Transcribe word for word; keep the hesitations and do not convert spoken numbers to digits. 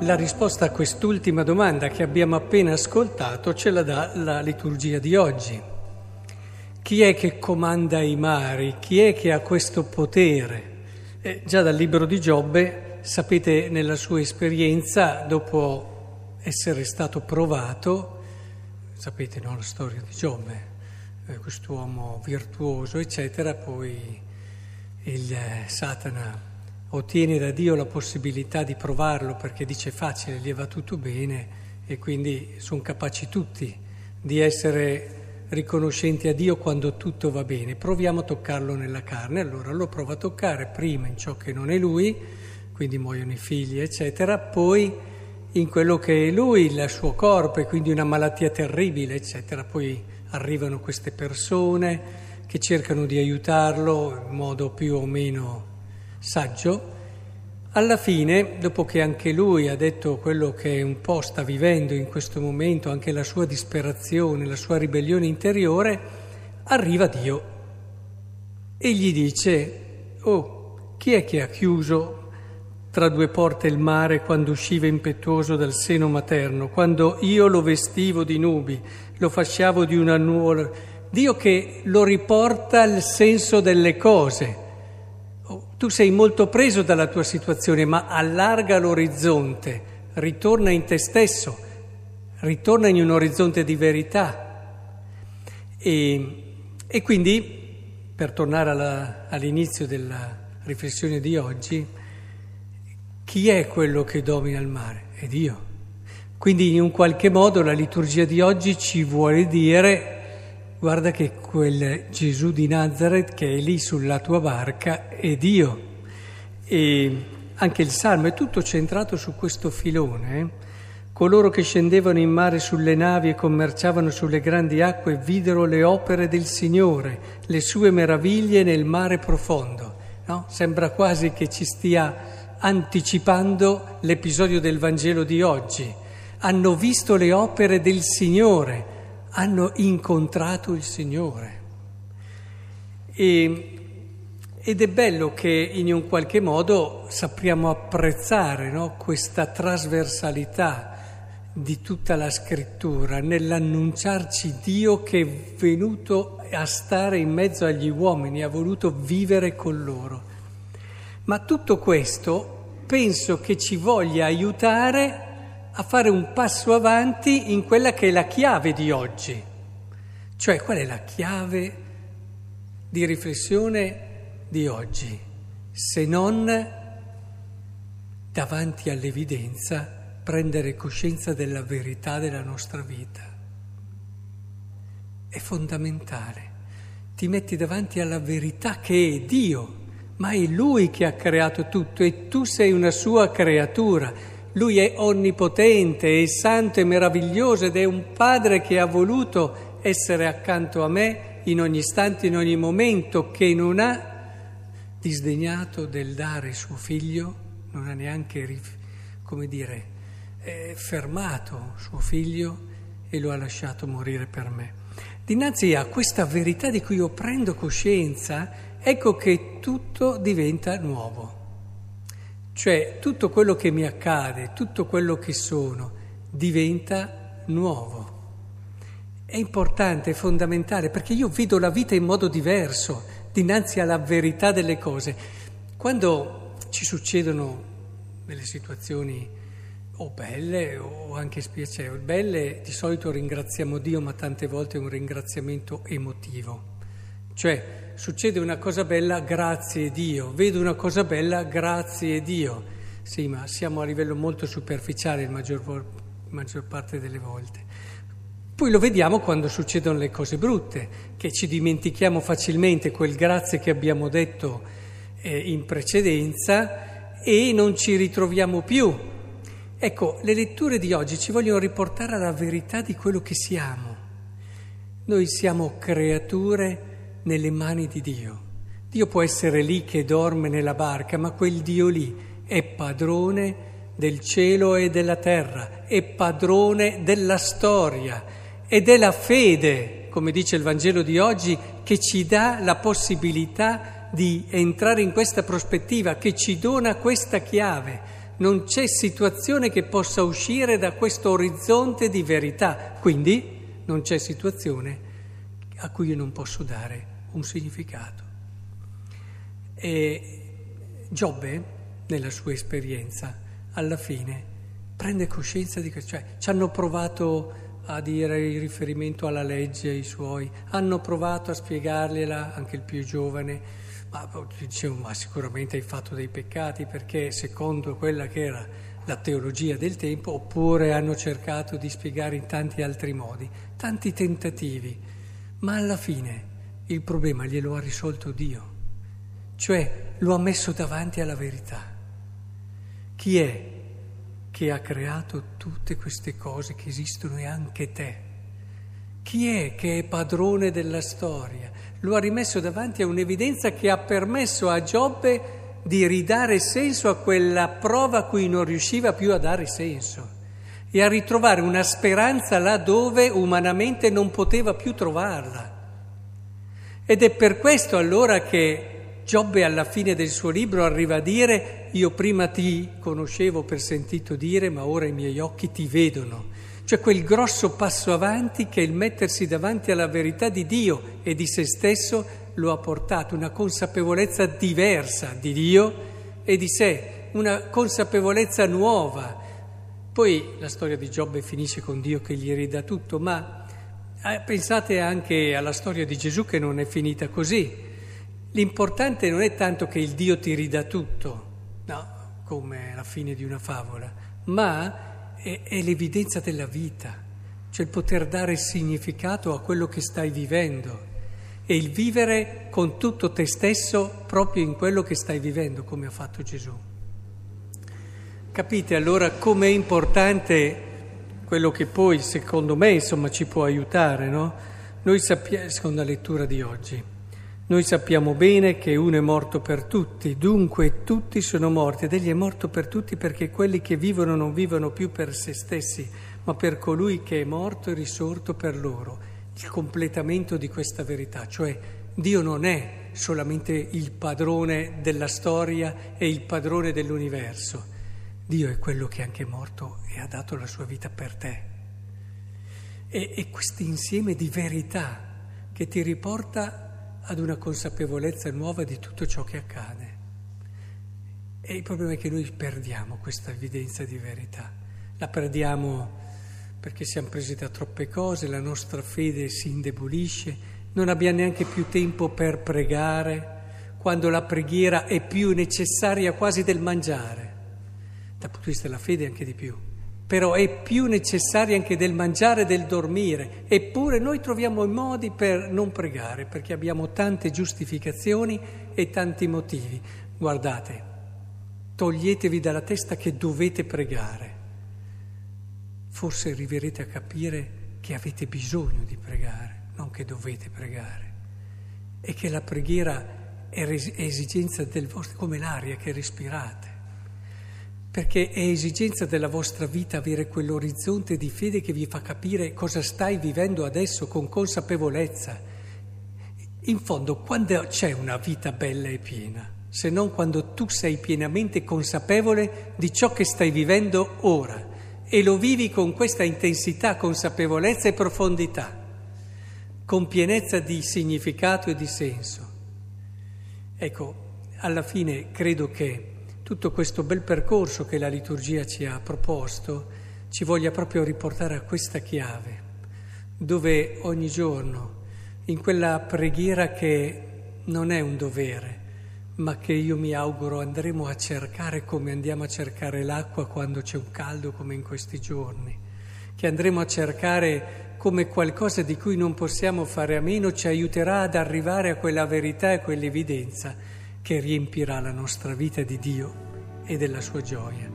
La risposta a quest'ultima domanda che abbiamo appena ascoltato ce la dà la liturgia di oggi. Chi è che comanda i mari? Chi è che ha questo potere? Eh, già dal libro di Giobbe, sapete, nella sua esperienza, dopo essere stato provato, sapete, no, la storia di Giobbe, eh, quest'uomo virtuoso, eccetera, poi il eh, Satana ottiene da Dio la possibilità di provarlo perché dice facile, gli va tutto bene e quindi sono capaci tutti di essere riconoscenti a Dio quando tutto va bene. Proviamo a toccarlo nella carne, allora lo prova a toccare prima in ciò che non è lui, quindi muoiono i figli, eccetera, poi in quello che è lui, il suo corpo, e quindi una malattia terribile, eccetera. Poi arrivano queste persone che cercano di aiutarlo in modo più o meno saggio. Alla fine, dopo che anche lui ha detto quello che un po' sta vivendo in questo momento, anche la sua disperazione, la sua ribellione interiore, arriva Dio e gli dice: oh, chi è che ha chiuso tra due porte il mare quando usciva impetuoso dal seno materno, quando io lo vestivo di nubi, lo fasciavo di una nuvola? Dio che lo riporta al senso delle cose. Tu sei molto preso dalla tua situazione, ma allarga l'orizzonte, ritorna in te stesso, ritorna in un orizzonte di verità. E, e quindi, per tornare alla, all'inizio della riflessione di oggi, chi è quello che domina il mare? È Dio. Quindi in un qualche modo la liturgia di oggi ci vuole dire: guarda che quel Gesù di Nazaret che è lì sulla tua barca è Dio. E anche il Salmo è tutto centrato su questo filone. Eh? Coloro che scendevano in mare sulle navi e commerciavano sulle grandi acque videro le opere del Signore, le sue meraviglie nel mare profondo. No? Sembra quasi che ci stia anticipando l'episodio del Vangelo di oggi. Hanno visto le opere del Signore, hanno incontrato il Signore. E, ed è bello che in un qualche modo sappiamo apprezzare, no, questa trasversalità di tutta la Scrittura nell'annunciarci Dio che è venuto a stare in mezzo agli uomini, ha voluto vivere con loro. Ma tutto questo penso che ci voglia aiutare a fare un passo avanti in quella che è la chiave di oggi. Cioè, qual è la chiave di riflessione di oggi? Se non, davanti all'evidenza, prendere coscienza della verità della nostra vita. È fondamentale. Ti metti davanti alla verità che è Dio, ma è Lui che ha creato tutto e tu sei una sua creatura. Lui è onnipotente, è santo e meraviglioso ed è un padre che ha voluto essere accanto a me in ogni istante, in ogni momento, che non ha disdegnato del dare suo figlio, non ha neanche, come dire, eh, fermato suo figlio e lo ha lasciato morire per me. Dinanzi a questa verità di cui io prendo coscienza, ecco che tutto diventa nuovo. Cioè tutto quello che mi accade, tutto quello che sono, diventa nuovo. È importante, è fondamentale, perché io vedo la vita in modo diverso dinanzi alla verità delle cose. Quando ci succedono delle situazioni o belle o anche spiacevoli, belle di solito ringraziamo Dio, ma tante volte è un ringraziamento emotivo. Cioè, succede una cosa bella, grazie Dio. Vedo una cosa bella, grazie Dio. Sì, ma siamo a livello molto superficiale il maggior, maggior parte delle volte. Poi lo vediamo quando succedono le cose brutte, che ci dimentichiamo facilmente quel grazie che abbiamo detto eh, in precedenza e non ci ritroviamo più. Ecco, le letture di oggi ci vogliono riportare alla verità di quello che siamo. Noi siamo creature nelle mani di Dio. Dio può essere lì che dorme nella barca, ma quel Dio lì è padrone del cielo e della terra, è padrone della storia ed è la fede, come dice il Vangelo di oggi, che ci dà la possibilità di entrare in questa prospettiva, che ci dona questa chiave. non c'è situazione che possa uscire da questo orizzonte di verità, quindi non c'è situazione a cui io non posso dare un significato. E Giobbe, nella sua esperienza, alla fine prende coscienza di questo, cioè ci hanno provato a dire il riferimento alla legge ai suoi, hanno provato a spiegargliela, anche il più giovane, ma dicevo, ma sicuramente hai fatto dei peccati perché secondo quella che era la teologia del tempo, oppure hanno cercato di spiegare in tanti altri modi, tanti tentativi, ma alla fine il problema glielo ha risolto Dio, cioè lo ha messo davanti alla verità. Chi è che ha creato tutte queste cose che esistono e anche te? Chi è che è padrone della storia? Lo ha rimesso davanti a un'evidenza che ha permesso a Giobbe di ridare senso a quella prova a cui non riusciva più a dare senso e a ritrovare una speranza là dove umanamente non poteva più trovarla. Ed è per questo allora che Giobbe alla fine del suo libro arriva a dire: io prima ti conoscevo per sentito dire, ma ora i miei occhi ti vedono. Cioè quel grosso passo avanti che il mettersi davanti alla verità di Dio e di se stesso lo ha portato, una consapevolezza diversa di Dio e di sé, una consapevolezza nuova. Poi la storia di Giobbe finisce con Dio che gli ridà tutto, ma pensate anche alla storia di Gesù che non è finita così. L'importante non è tanto che il Dio ti ridà tutto, no, come la fine di una favola, ma è, è l'evidenza della vita, cioè il poter dare significato a quello che stai vivendo e il vivere con tutto te stesso proprio in quello che stai vivendo, come ha fatto Gesù. Capite allora com'è importante quello che poi, secondo me, insomma, ci può aiutare, no? Noi sappiamo, secondo la lettura di oggi, noi sappiamo bene che uno è morto per tutti, dunque tutti sono morti, ed egli è morto per tutti perché quelli che vivono non vivono più per se stessi, ma per colui che è morto e risorto per loro. Il completamento di questa verità, cioè Dio non è solamente il padrone della storia e il padrone dell'universo, Dio è quello che è anche morto e ha dato la sua vita per te. E, e questo insieme di verità che ti riporta ad una consapevolezza nuova di tutto ciò che accade. E il problema è che noi perdiamo questa evidenza di verità. La perdiamo perché siamo presi da troppe cose, la nostra fede si indebolisce, non abbiamo neanche più tempo per pregare, quando la preghiera è più necessaria quasi del mangiare. Dal punto di vista della fede anche di più. Però è più necessaria anche del mangiare e del dormire, eppure noi troviamo i modi per non pregare, perché abbiamo tante giustificazioni e tanti motivi. Guardate, toglietevi dalla testa che dovete pregare, forse arriverete a capire che avete bisogno di pregare, non che dovete pregare, e che la preghiera è esigenza del vostro, come l'aria che respirate. Perché è esigenza della vostra vita avere quell'orizzonte di fede che vi fa capire cosa stai vivendo adesso con consapevolezza. In fondo, quando c'è una vita bella e piena, se non quando tu sei pienamente consapevole di ciò che stai vivendo ora e lo vivi con questa intensità, consapevolezza e profondità, con pienezza di significato e di senso. Ecco, alla fine credo che tutto questo bel percorso che la liturgia ci ha proposto ci voglia proprio riportare a questa chiave, dove ogni giorno, in quella preghiera che non è un dovere, ma che io mi auguro andremo a cercare come andiamo a cercare l'acqua quando c'è un caldo come in questi giorni, che andremo a cercare come qualcosa di cui non possiamo fare a meno, ci aiuterà ad arrivare a quella verità e quell'evidenza che riempirà la nostra vita di Dio e della sua gioia.